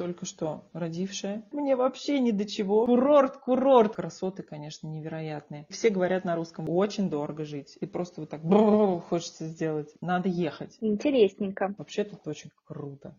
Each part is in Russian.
только что родившая. Мне вообще ни до чего. Курорт. Красоты, конечно, невероятные. Все говорят на русском, очень дорого жить. И просто вот так хочется сделать. Надо ехать. Интересненько. Вообще тут очень круто.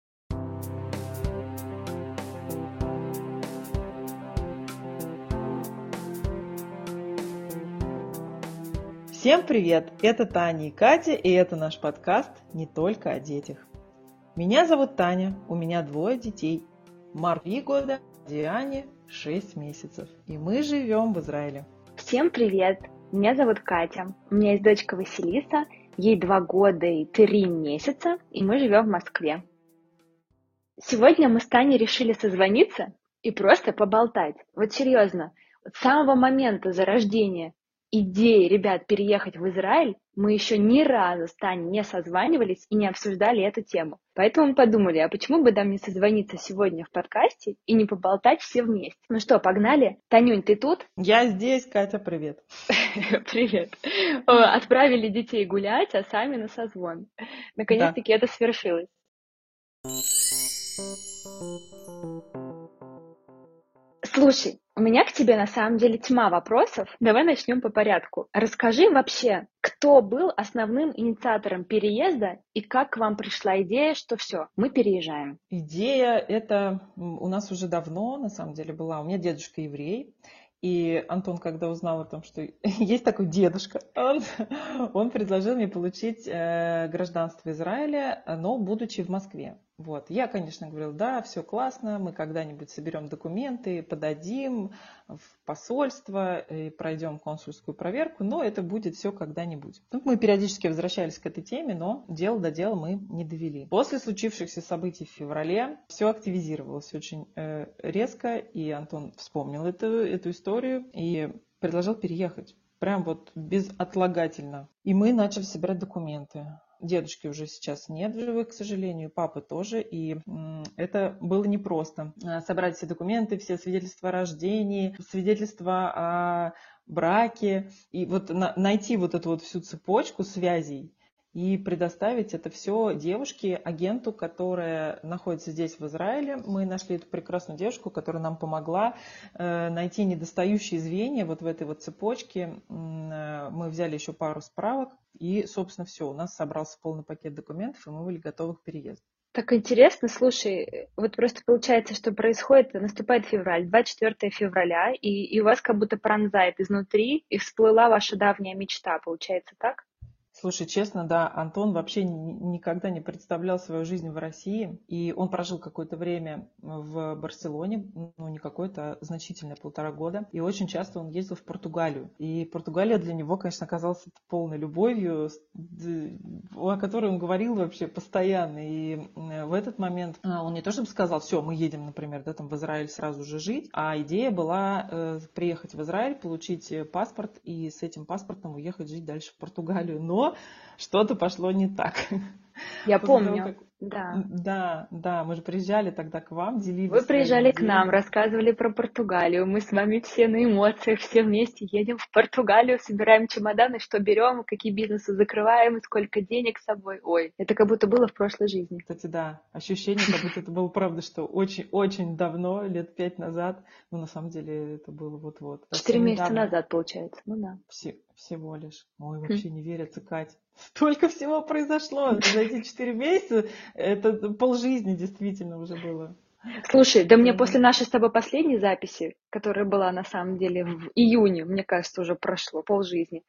Всем привет! Это Таня и Катя, и это наш подкаст «Не только о детях». Меня зовут Таня, у меня 2 детей. Марку 3 года, Диане 6 месяцев. И мы живем в Израиле. Всем привет! Меня зовут Катя. У меня есть дочка Василиса, ей 2 года и 3 месяца, и мы живем в Москве. Сегодня мы с Таней решили созвониться и просто поболтать. Вот серьезно, с самого момента зарождения идеи, ребят, переехать в Израиль, мы еще ни разу с Таней не созванивались и не обсуждали эту тему. Поэтому мы подумали, а почему бы нам не созвониться сегодня в подкасте и не поболтать все вместе? Ну что, погнали? Танюнь, ты тут? Я здесь, Катя, привет. Привет. Отправили детей гулять, а сами на созвон. Наконец-таки это свершилось. Слушай, у меня к тебе на самом деле тьма вопросов. Давай начнем по порядку. Расскажи вообще, кто был основным инициатором переезда и как к вам пришла идея, что все, мы переезжаем? Идея эта у нас уже давно, на самом деле, была. У меня дедушка еврей. И Антон, когда узнал о том, что есть такой дедушка, он предложил мне получить гражданство Израиля, но будучи в Москве. Вот. Я, конечно, говорила, да, все классно, мы когда-нибудь соберем документы, подадим в посольство, и пройдем консульскую проверку, но это будет все когда-нибудь. Мы периодически возвращались к этой теме, но дело до дела мы не довели. После случившихся событий в феврале все активизировалось очень резко, и Антон вспомнил эту историю и предложил переехать. Прям вот безотлагательно. И мы начали собирать документы. Дедушки уже сейчас нет в живых, к сожалению, папы тоже, и это было непросто. Собрать все документы, все свидетельства о рождении, свидетельства о браке, и вот найти вот эту вот всю цепочку связей и предоставить это все девушке, агенту, которая находится здесь, в Израиле. Мы нашли эту прекрасную девушку, которая нам помогла найти недостающие звенья вот в этой вот цепочке. Мы взяли еще пару справок, и, собственно, все. У нас собрался полный пакет документов, и мы были готовы к переезду. Так интересно, слушай, вот просто получается, что происходит, наступает февраль, 24 февраля, и у вас как будто пронзает изнутри, и всплыла ваша давняя мечта, получается так? Слушай, честно, да, Антон вообще никогда не представлял свою жизнь в России, и он прожил какое-то время в Барселоне, ну не какое-то, а значительное 1,5 года, и очень часто он ездил в Португалию. И Португалия для него, конечно, оказалась полной любовью, о которой он говорил вообще постоянно. И в этот момент он не то чтобы сказал, все, мы едем, например, да, там в Израиль сразу же жить, а идея была приехать в Израиль, получить паспорт и с этим паспортом уехать жить дальше в Португалию. Но что-то пошло не так. Я помню, да. Да, мы же приезжали тогда к вам, делились. Вы приезжали к нам, рассказывали про Португалию, мы с вами все на эмоциях, все вместе едем в Португалию, собираем чемоданы, что берем, какие бизнесы закрываем, сколько денег с собой. Ой, это как будто было в прошлой жизни. Кстати, да, ощущение, как будто это было правда, что очень-очень давно, лет 5 назад, но на самом деле это было вот-вот. 4 месяца назад, получается, ну да. Всего лишь. Ой, вообще не верится, Кать. Столько всего произошло за эти 4 месяца. Это полжизни действительно уже было. Слушай, да мне после нашей с тобой последней записи, которая была на самом деле в июне, мне кажется, уже прошло полжизни.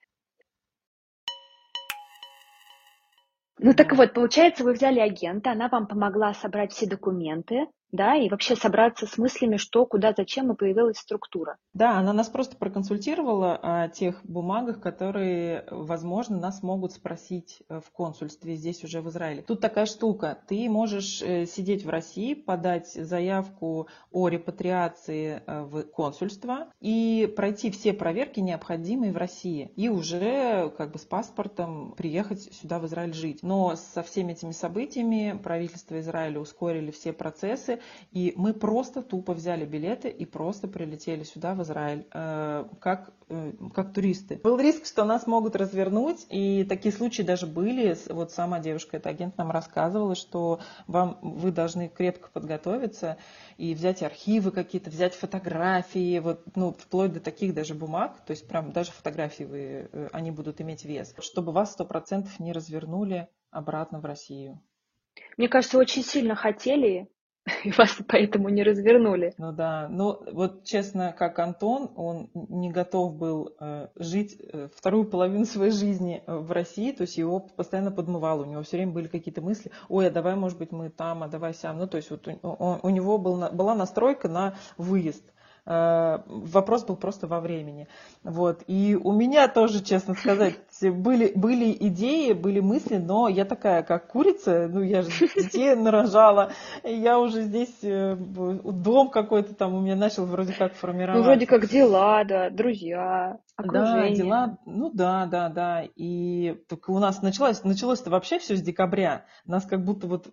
Ну так вот, получается, вы взяли агента, она вам помогла собрать все документы, да, и вообще собраться с мыслями, что, куда, зачем, и появилась структура. Да, она нас просто проконсультировала о тех бумагах, которые, возможно, нас могут спросить в консульстве здесь уже в Израиле. Тут такая штука. Ты можешь сидеть в России, подать заявку о репатриации в консульство и пройти все проверки, необходимые в России, и уже как бы с паспортом приехать сюда в Израиль жить. Но со всеми этими событиями правительство Израиля ускорили все процессы, и мы просто тупо взяли билеты и просто прилетели сюда, в Израиль, как туристы. Был риск, что нас могут развернуть, и такие случаи даже были. Вот сама девушка, эта агент, нам рассказывала, что вы должны крепко подготовиться и взять архивы какие-то, взять фотографии, вот, ну, вплоть до таких даже бумаг, то есть прям даже фотографии они будут иметь вес, чтобы вас 100% не развернули обратно в Россию. Мне кажется, очень сильно хотели, и вас поэтому не развернули. Ну да, ну вот честно, как Антон, он не готов был жить вторую половину своей жизни в России, то есть его постоянно подмывало, у него все время были какие-то мысли, ой, а давай, может быть, мы там, а давай сям, ну то есть вот у него была настройка на выезд. Вопрос был просто во времени. Вот. И у меня тоже, честно сказать, были идеи, были мысли, но я такая, как курица, ну я же детей нарожала, я уже здесь, дом какой-то там у меня начал вроде как формироваться. Ну, вроде как дела, да, друзья, окружение. Да, дела, ну да. И только у нас началось-то вообще все с декабря. Нас как будто вот,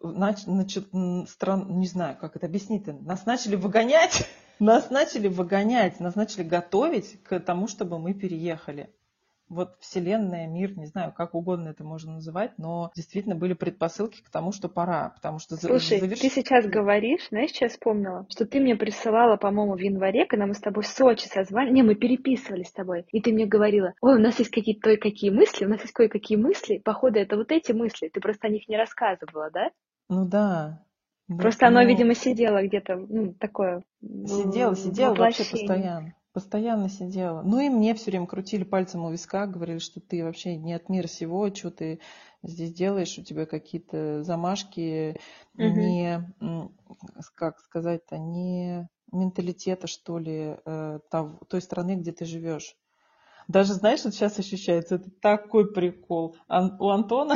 не знаю, как это объяснить-то, нас начали выгонять. Нас начали готовить к тому, чтобы мы переехали. Вот вселенная, мир, не знаю, как угодно это можно называть, но действительно были предпосылки к тому, что пора. Потому что Слушай, ты сейчас говоришь, знаешь, что я вспомнила? Что ты мне присылала, по-моему, в январе, когда мы с тобой в Сочи созвали. Не, мы переписывались с тобой. И ты мне говорила, ой, у нас есть какие-то кое-какие мысли, у нас есть кое-какие мысли. Походу, это вот эти мысли. Ты просто о них не рассказывала, да? Ну да. Просто оно, видимо, сидело где-то, ну, такое Сидела вообще воплощение. постоянно сидела. Ну и мне все время крутили пальцем у виска, говорили, что ты вообще не от мира сего, что ты здесь делаешь, у тебя какие-то замашки, не, как сказать-то, не менталитета, что ли, той страны, где ты живешь. Даже, знаешь, вот сейчас ощущается, это такой прикол. У Антона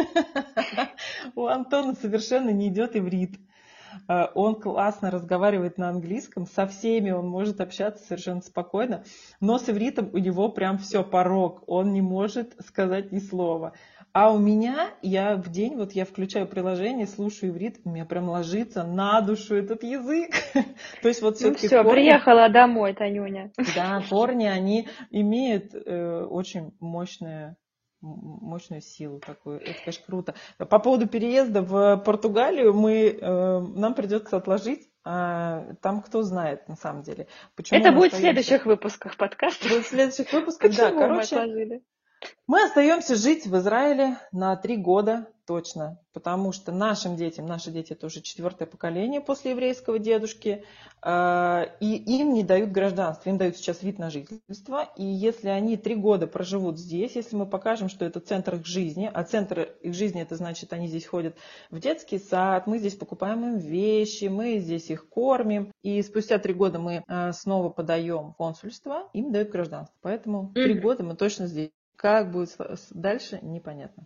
совершенно не идет иврит. Он классно разговаривает на английском, со всеми он может общаться совершенно спокойно, но с ивритом у него прям все порог, он не может сказать ни слова. А у меня, я в день, вот я включаю приложение, слушаю иврит, у меня прям ложится на душу этот язык. То есть вот Ну все-таки все, приехала домой, Танюня. да, корни, они имеют очень мощную силу такую. Это, конечно, круто. По поводу переезда в Португалию нам придется отложить. Там кто знает, на самом деле. Почему Это мы будет в остаемся. следующих выпусках подкаста. Будет в следующих выпусках, да. Почему мы Короче, отложили? мы остаемся жить в Израиле на 3 года точно, потому что наши дети это уже 4-е поколение после еврейского дедушки, и им не дают гражданство, им дают сейчас вид на жительство, и если они 3 года проживут здесь, если мы покажем, что это центр их жизни, а центр их жизни это значит, они здесь ходят в детский сад, мы здесь покупаем им вещи, мы здесь их кормим, и спустя 3 года мы снова подаем в консульство, им дают гражданство, поэтому 3 года мы точно здесь. Как будет дальше, непонятно.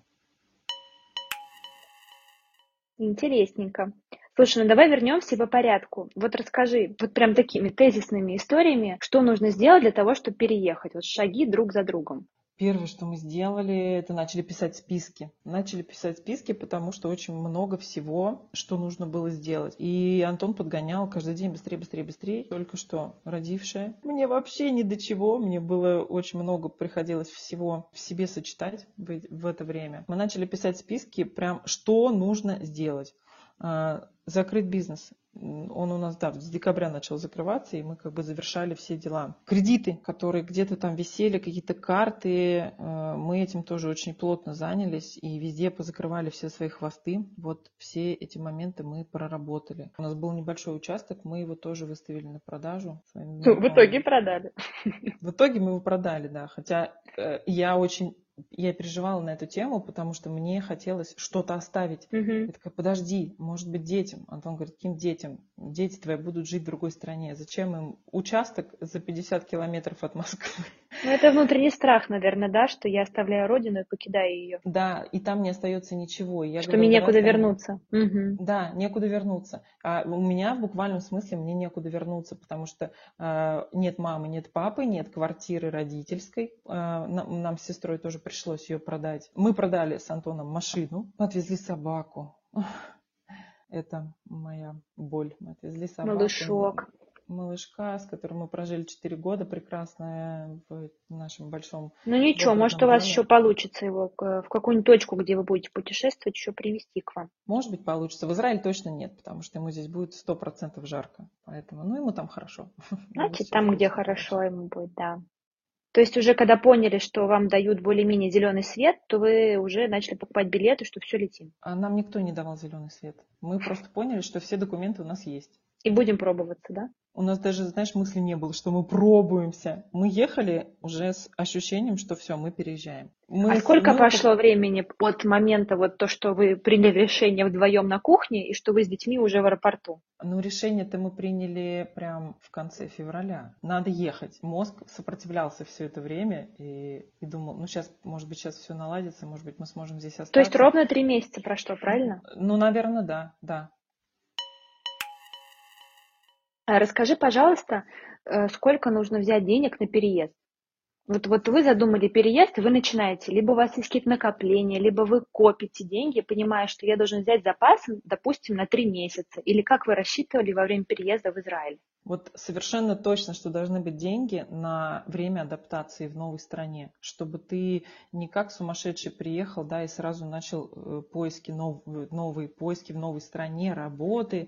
Интересненько. Слушай, ну давай вернемся по порядку. Вот расскажи, вот прям такими тезисными историями, что нужно сделать для того, чтобы переехать. Вот шаги друг за другом. Первое, что мы сделали, это начали писать списки. Потому что очень много всего, что нужно было сделать. И Антон подгонял каждый день быстрее. Только что родившая. Мне вообще ни до чего. Мне было очень много, приходилось всего в себе сочетать в это время. Мы начали писать списки, прям что нужно сделать. Закрыть бизнес. Он у нас, с декабря начал закрываться, и мы как бы завершали все дела. Кредиты, которые где-то там висели, какие-то карты, мы этим тоже очень плотно занялись и везде позакрывали все свои хвосты. Вот все эти моменты мы проработали. У нас был небольшой участок, мы его тоже выставили на продажу. В итоге продали. В итоге мы его продали, да. Хотя я переживала на эту тему, потому что мне хотелось что-то оставить. Я такая, подожди, может быть, детям. Антон говорит, каким детям? Дети твои будут жить в другой стране. Зачем им участок за 50 километров от Москвы? Ну, это внутренний страх, наверное, да, что я оставляю родину и покидаю ее. Да, и там не остается ничего. Что мне некуда вернуться. Да, некуда вернуться. А у меня в буквальном смысле мне некуда вернуться, потому что нет мамы, нет папы, нет квартиры родительской. Нам с сестрой тоже пришлось ее продать. Мы продали с Антоном машину, отвезли собаку. Это моя боль. Мы отвезли собаку, Малышок. малышка, с которым мы прожили 4 года, прекрасная в нашем большом Ну ничего, может у загородном вас еще доме. получится его в какую-нибудь точку, где вы будете путешествовать, еще привезти к вам. Может быть, получится. В Израиле точно нет, потому что ему здесь будет 100% жарко. Поэтому, ну, ему там хорошо. Ему Знаете, сейчас там, где точно хорошо хорошо. ему будет, да. То есть уже когда поняли, что вам дают более-менее зеленый свет, то вы уже начали покупать билеты, что все летим. А нам никто не давал зеленый свет. Мы просто поняли, что все документы у нас есть. И будем пробоваться, да? У нас даже, знаешь, мысли не было, что мы пробуемся. Мы ехали уже с ощущением, что все, мы переезжаем. А сколько пошло времени от момента вот то, что вы приняли решение вдвоем на кухне, и что вы с детьми уже в аэропорту? Ну, решение-то мы приняли прям в конце февраля. Надо ехать. Мозг сопротивлялся все это время и думал, ну, сейчас, может быть, сейчас все наладится, может быть, мы сможем здесь То есть остаться. ровно 3 месяца прошло, правильно? Ну, наверное, да, да. Расскажи, пожалуйста, сколько нужно взять денег на переезд? Вот вы задумали переезд, и вы начинаете, либо у вас есть какие-то накопления, либо вы копите деньги, понимая, что я должен взять запас, допустим, на 3 месяца. Или как вы рассчитывали во время переезда в Израиль? Вот совершенно точно, что должны быть деньги на время адаптации в новой стране, чтобы ты не как сумасшедший приехал, да, и сразу начал поиски, новые поиски в новой стране, работы.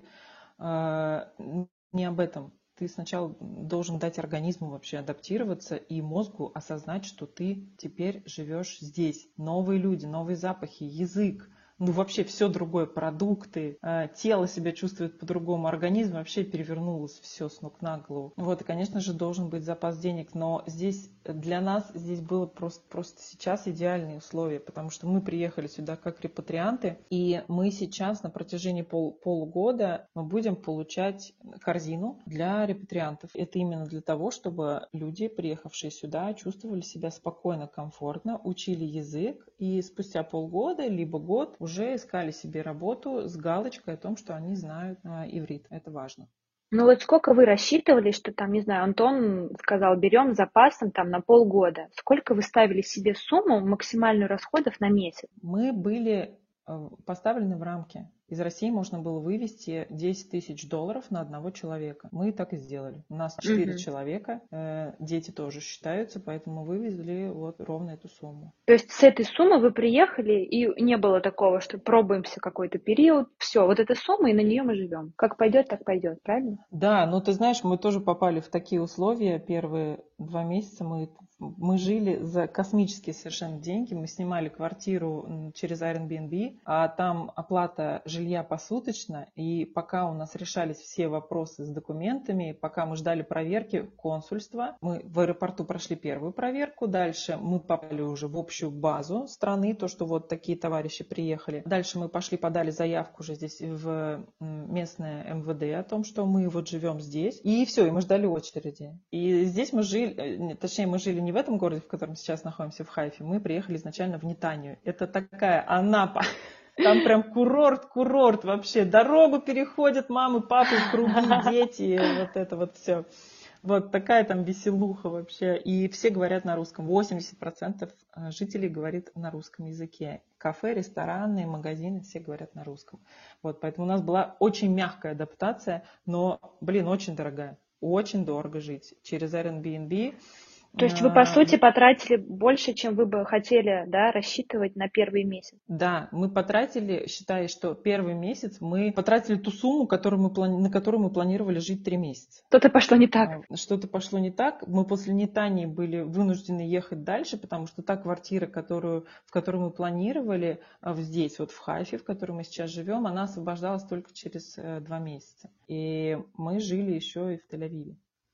Не об этом. Ты сначала должен дать организму вообще адаптироваться и мозгу осознать, что ты теперь живешь здесь. Новые люди, новые запахи, язык. Ну, вообще все другое, продукты, тело себя чувствует по-другому, организм вообще перевернулось все с ног на голову. Вот, и, конечно же, должен быть запас денег, но здесь для нас здесь было просто сейчас идеальные условия, потому что мы приехали сюда как репатрианты, и мы сейчас на протяжении полугода мы будем получать корзину для репатриантов. Это именно для того, чтобы люди, приехавшие сюда, чувствовали себя спокойно, комфортно, учили язык, и спустя полгода, либо год уже искали себе работу с галочкой о том, что они знают иврит. Это важно. Ну вот сколько вы рассчитывали, что там, не знаю, Антон сказал, берем запасом там на полгода. Сколько вы ставили себе сумму максимальную расходов на месяц? Мы были поставлены в рамки. Из России можно было вывести 10 тысяч долларов на одного человека. Мы так и сделали. У нас 4 человека, дети тоже считаются, поэтому вывезли вот ровно эту сумму. То есть с этой суммы вы приехали, и не было такого, что пробуемся какой-то период, все, вот эта сумма, и на нее мы живем. Как пойдет, так пойдет, правильно? Да, но ты знаешь, мы тоже попали в такие условия. Первые 2 месяца мы жили за космические совершенно деньги. Мы снимали квартиру через Airbnb, а там оплата жилья посуточно. И пока у нас решались все вопросы с документами, пока мы ждали проверки консульства, мы в аэропорту прошли первую проверку. Дальше мы попали уже в общую базу страны, то, что вот такие товарищи приехали. Дальше мы пошли, подали заявку уже здесь в местное МВД о том, что мы вот живем здесь. И все, и мы ждали очереди. И здесь мы жили, точнее, мы жили не в этом городе, в котором сейчас находимся, в Хайфе. Мы приехали изначально в Нетанию. Это такая Анапа. Там прям курорт вообще. Дорогу переходят мамы, папы, круги, дети. Вот это вот все. Вот такая там веселуха вообще. И все говорят на русском. 80% жителей говорит на русском языке. Кафе, рестораны, магазины, все говорят на русском. Вот, поэтому у нас была очень мягкая адаптация, но, очень дорогая. Очень дорого жить. Через Airbnb. То есть вы, по сути, потратили больше, чем вы бы хотели, да, рассчитывать на первый месяц. Да, мы потратили, считай, что первый месяц мы потратили ту сумму, на которую мы планировали жить 3 месяца. Что-то пошло не так. Что-то пошло не так. Мы после Нетании были вынуждены ехать дальше, потому что та квартира, в которую мы планировали здесь, вот в Хайфе, в которой мы сейчас живем, она освобождалась только через 2 месяца. И мы жили еще и в Тель-Авиве.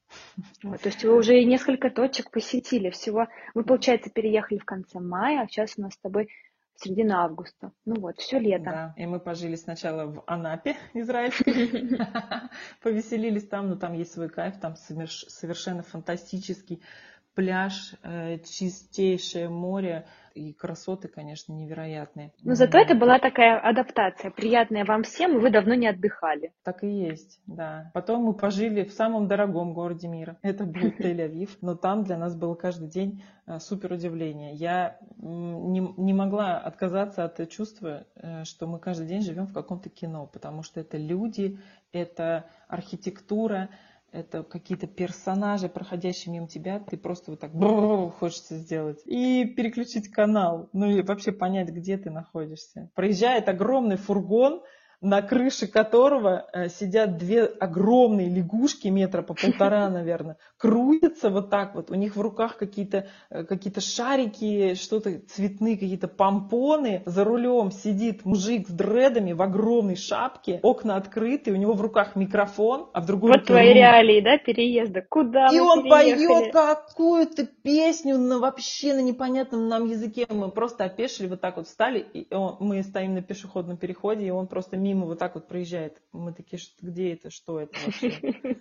Вот, то есть вы уже и несколько точек посетили всего. Мы, получается, переехали в конце мая, а сейчас у нас с тобой середина августа. Ну вот, все лето. Да, и мы пожили сначала в Анапе, израильской, повеселились там, но там есть свой кайф, там совершенно фантастический пляж, чистейшее море. и красоты, конечно, невероятные. Но зато это была такая адаптация, приятная вам всем, и вы давно не отдыхали. Так и есть, да. Потом мы пожили в самом дорогом городе мира. Это был Тель-Авив, но там для нас был каждый день супер удивление. Я не могла отказаться от чувства, что мы каждый день живем в каком-то кино, потому что это люди, это архитектура, это какие-то персонажи, проходящие мимо тебя, ты просто вот так хочется сделать. И переключить канал, ну и вообще понять, где ты находишься. Проезжает огромный фургон, на крыше которого сидят две огромные лягушки, метра по 1,5, наверное, крутятся вот так вот. У них в руках какие-то шарики, что-то цветные, какие-то помпоны. За рулем сидит мужик с дредами в огромной шапке, окна открыты, у него в руках микрофон, а в другой Вот руке твои руль. реалии, да, переезда. Куда И мы он переехали? поет какую-то песню вообще на непонятном нам языке. Мы просто опешили, вот так вот встали, и мы стоим на пешеходном переходе, и он просто мимо вот так вот проезжает. Мы такие, где это, что это вообще?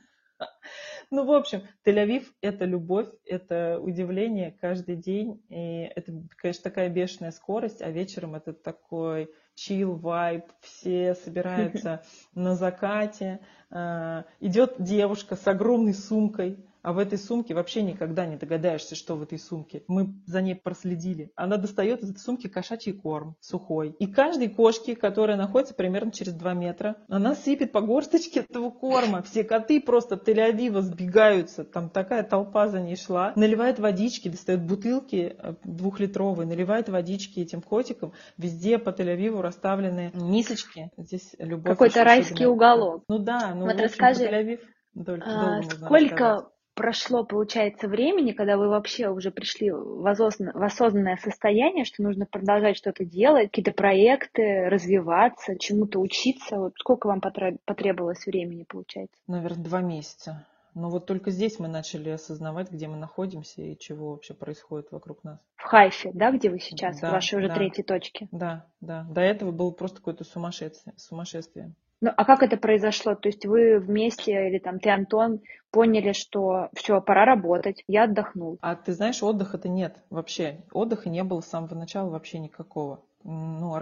Ну, в общем, Тель-Авив – это любовь, это удивление каждый день. И это, конечно, такая бешеная скорость, а вечером это такой chill vibe. Все собираются на закате. Идет девушка с огромной сумкой, а в этой сумке вообще никогда не догадаешься, что в этой сумке. Мы за ней проследили. Она достает из этой сумки кошачий корм сухой. И каждой кошке, которая находится примерно через 2 метра, она сыпет по горсточке этого корма. Все коты просто в Тель-Авива сбегаются. Там такая толпа за ней шла. Наливает водички, достает бутылки 2-литровые, наливает водички этим котикам. Везде по Тель-Авиву расставлены мисочки. Здесь любовь Какой-то еще райский особенно. уголок. Ну да, ну Вот в общем, про расскажи, Тель-Авив долго можно рассказать. сколько прошло, получается, времени, когда вы вообще уже пришли в осознанное состояние, что нужно продолжать что-то делать, какие-то проекты, развиваться, чему-то учиться? Вот сколько вам потребовалось времени, получается? Наверное, 2 месяца. Но вот только здесь мы начали осознавать, где мы находимся и чего вообще происходит вокруг нас. В Хайфе, да, где вы сейчас, в Да, вашей уже да, 3-й точке? да, да. До этого было просто какое-то сумасшествие. Ну, а как это произошло? То есть вы вместе, или там ты, Антон, поняли, что все, пора работать, я отдохнул. А ты знаешь, отдыха-то нет вообще. Отдыха не было с самого начала вообще никакого. Ну,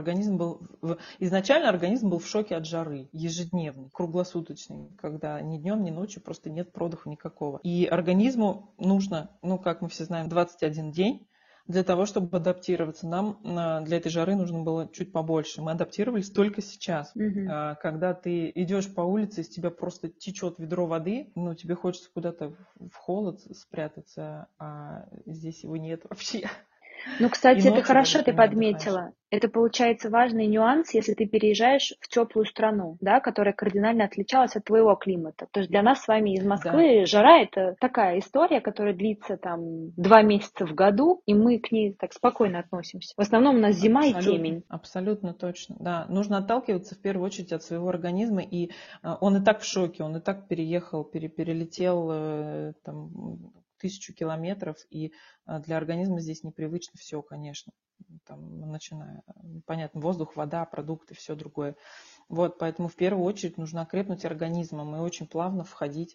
изначально организм был в шоке от жары, ежедневный, круглосуточный, когда ни днем, ни ночью просто нет продыха никакого. И организму нужно, ну, как мы все знаем, 21 день для того, чтобы адаптироваться. Нам для этой жары нужно было чуть побольше. Мы адаптировались только сейчас. Мгм. Когда ты идешь по улице, из тебя просто течет ведро воды, ну, тебе хочется куда-то в холод спрятаться, а здесь его нет вообще. Ну, И кстати, это ночью даже хорошо ты ты не отдыхаешь. подметила. Это, получается, важный нюанс, если ты переезжаешь в теплую страну, да, которая кардинально отличалась от твоего климата. То есть для нас с вами из Да, Москвы жара – это такая история, которая длится там 2 месяца в году, и мы к ней так спокойно относимся. В основном у нас зима и абсолютно, темень. абсолютно точно. Да, нужно отталкиваться в первую очередь от своего организма, и он и так в шоке, он и так переехал, перелетел там 1000 километров, и для организма здесь непривычно все, конечно. Там, начиная, понятно, воздух, вода, продукты, все другое. Вот, поэтому в первую очередь нужно окрепнуть организмом и очень плавно входить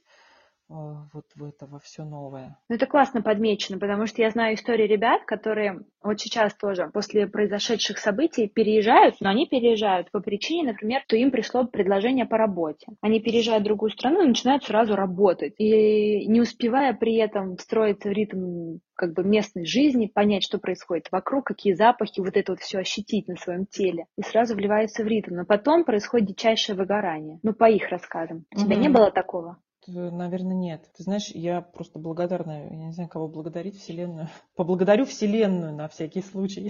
вот в это, во все новое. Ну, это классно подмечено, потому что я знаю истории ребят, которые вот сейчас тоже после произошедших событий переезжают, но они переезжают по причине, например, что им пришло предложение по работе. Они переезжают в другую страну и начинают сразу работать. И не успевая при этом встроиться в ритм как бы местной жизни, понять, что происходит вокруг, какие запахи, вот это вот все ощутить на своем теле. И сразу вливаются в ритм. Но потом происходит дичайшее выгорание. Ну, по их рассказам. У тебя не Мгм. было такого? Наверное, нет. Ты знаешь, я просто благодарна, я не знаю, кого благодарить, Вселенную. Поблагодарю Вселенную на всякий случай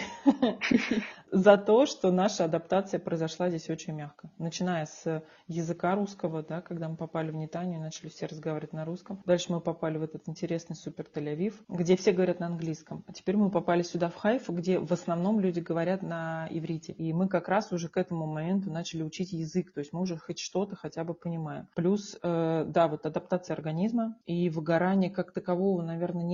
за то, что наша адаптация произошла здесь очень мягко. Начиная с языка русского, да, когда мы попали в Нетанию, начали все разговаривать на русском. Дальше мы попали в этот интересный супер Тель-Авив, где все говорят на английском. А теперь мы попали сюда, в Хайфу, где в основном люди говорят на иврите. И мы как раз уже к этому моменту начали учить язык, то есть мы уже хоть что-то хотя бы понимаем. Плюс, да, вот адаптация организма и выгорания как такового, наверное, не было,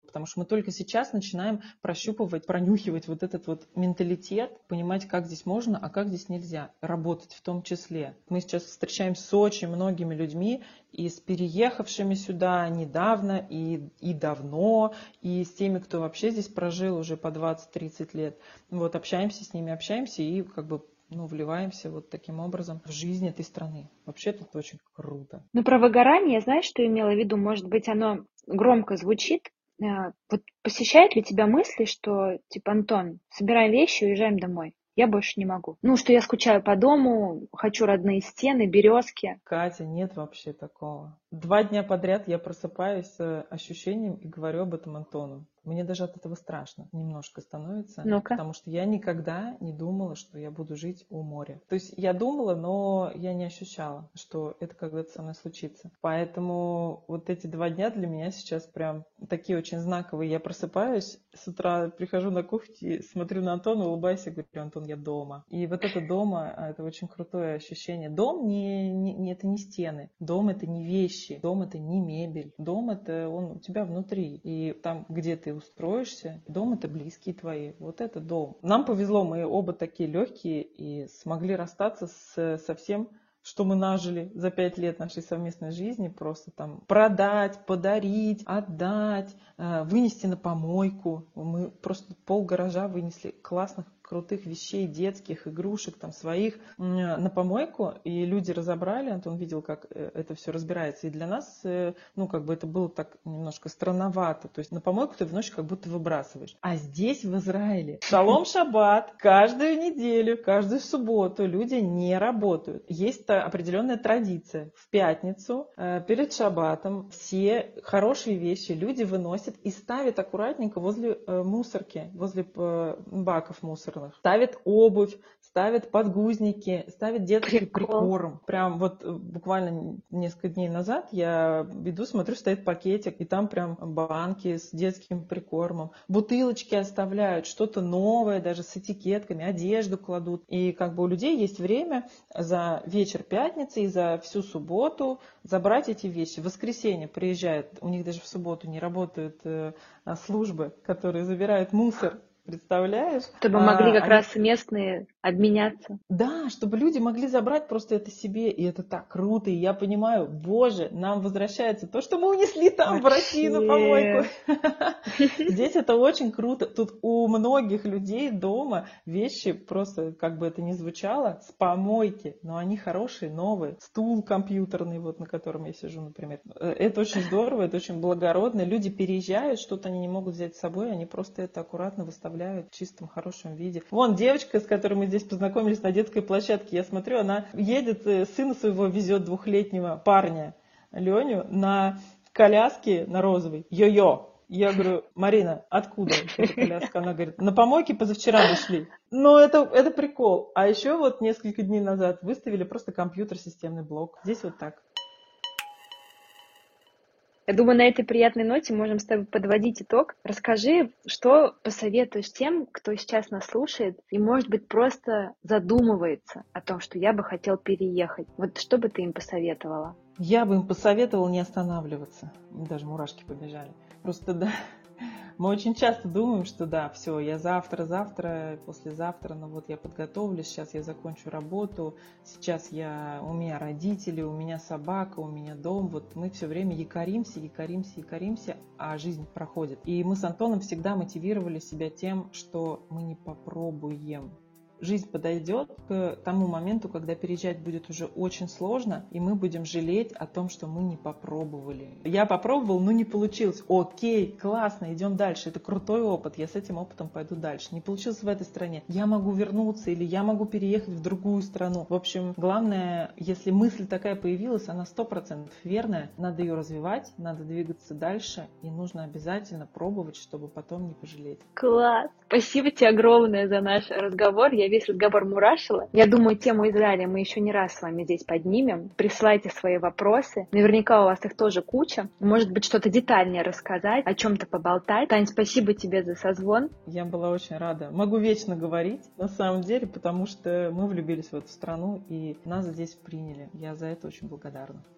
Потому что мы только сейчас начинаем прощупывать, пронюхивать вот этот вот менталитет, понимать, как здесь можно, а как здесь нельзя, работать в том числе. Мы сейчас встречаемся с очень многими людьми, и с переехавшими сюда недавно, и давно, и с теми, кто вообще здесь прожил уже по 20-30 лет. Вот общаемся с ними, общаемся и как бы вливаемся вот таким образом в жизнь этой страны. Вообще тут очень круто. Ну, про выгорание, знаешь, что имела в виду? Может быть, оно громко звучит. Вот посещают ли тебя мысли, что, типа, Антон, собираем вещи, уезжаем домой? Я больше не могу. Ну, что я скучаю по дому, хочу родные стены, березки. Катя, нет вообще такого. 2 дня подряд я просыпаюсь с ощущением и говорю об этом Антону. Мне даже от этого страшно немножко становится, Ну-ка. потому что я никогда не думала, что я буду жить у моря. То есть я думала, но я не ощущала, что это когда-то со мной случится. Поэтому вот эти 2 дня для меня сейчас прям такие очень знаковые. Я просыпаюсь, с утра прихожу на кухню, смотрю на Антона, улыбаюсь и говорю: Антон, я дома. И вот это дома, это очень крутое ощущение. Дом это не стены, дом это не вещи, дом это не мебель, дом это он у тебя внутри. И там, где ты устроишься, дом это близкие твои. Вот это дом. Нам повезло, мы оба такие легкие и смогли расстаться со всем, что мы нажили за 5 лет нашей совместной жизни, просто там продать, подарить, отдать, вынести на помойку. Мы просто полгаража вынесли классных, крутых вещей, детских, игрушек, там своих, на помойку, и люди разобрали. Антон видел, как это все разбирается. И для нас, как бы это было так немножко странновато. То есть на помойку ты вносишь, как будто выбрасываешь. А здесь, в Израиле, шалом шаббат, каждую неделю, каждую субботу люди не работают. Есть определенная традиция. В пятницу, перед шаббатом, все хорошие вещи люди выносят и ставят аккуратненько возле мусорки, возле баков мусорных. Ставят обувь, ставят подгузники, ставят детский прикорм. Прям вот буквально несколько дней назад я иду, смотрю, стоит пакетик, и там прям банки с детским прикормом. Бутылочки оставляют, что-то новое, даже с этикетками, одежду кладут. И как бы у людей есть время за вечер пятницы и за всю субботу забрать эти вещи. В воскресенье приезжают, у них даже в субботу не работают службы, которые забирают мусор. Представляешь? Чтобы могли как раз местные обменяться. Да, чтобы люди могли забрать просто это себе, и это так круто, и я понимаю, боже, нам возвращается то, что мы унесли там в Россию на помойку. Здесь это очень круто. Тут у многих людей дома вещи просто, как бы это ни звучало, с помойки, но они хорошие, новые. Стул компьютерный, вот на котором я сижу, например. Это очень здорово, это очень благородно. Люди переезжают, что-то они не могут взять с собой, они просто это аккуратно выставляют в чистом, хорошем виде. Вон девочка, с которой мы здесь познакомились на детской площадке, я смотрю, она едет, сына своего везет 2-летнего парня, Леню, на коляске на розовой. Йо-йо. Я говорю: Марина, откуда эта коляска? Она говорит: на помойке позавчера нашли. Ну, это прикол. А еще вот несколько дней назад выставили просто компьютер, системный блок. Здесь вот так. Я думаю, на этой приятной ноте можем с тобой подводить итог. Расскажи, что посоветуешь тем, кто сейчас нас слушает и, может быть, просто задумывается о том, что я бы хотел переехать. Вот что бы ты им посоветовала? Я бы им посоветовала не останавливаться. Даже мурашки побежали. Просто да. Мы очень часто думаем, что да, все, я завтра, послезавтра, ну вот я подготовлюсь, сейчас я закончу работу, сейчас у меня родители, у меня собака, у меня дом. Вот мы все время якоримся, а жизнь проходит. И мы с Антоном всегда мотивировали себя тем, что мы не попробуем. Жизнь подойдет к тому моменту, когда переезжать будет уже очень сложно, и мы будем жалеть о том, что мы не попробовали. Я попробовал, но не получилось. Окей, классно, идем дальше. Это крутой опыт, я с этим опытом пойду дальше. Не получилось в этой стране, я могу вернуться или я могу переехать в другую страну. В общем, главное, если мысль такая появилась, она 100% верная, надо ее развивать, надо двигаться дальше, и нужно обязательно пробовать, чтобы потом не пожалеть. Класс! Спасибо тебе огромное за наш разговор. Я весь разговор мурашила. Я думаю, тему Израиля мы еще не раз с вами здесь поднимем. Присылайте свои вопросы. Наверняка у вас их тоже куча. Может быть, что-то детальнее рассказать, о чем-то поболтать. Тань, спасибо тебе за созвон. Я была очень рада. Могу вечно говорить, на самом деле, потому что мы влюбились в эту страну и нас здесь приняли. Я за это очень благодарна.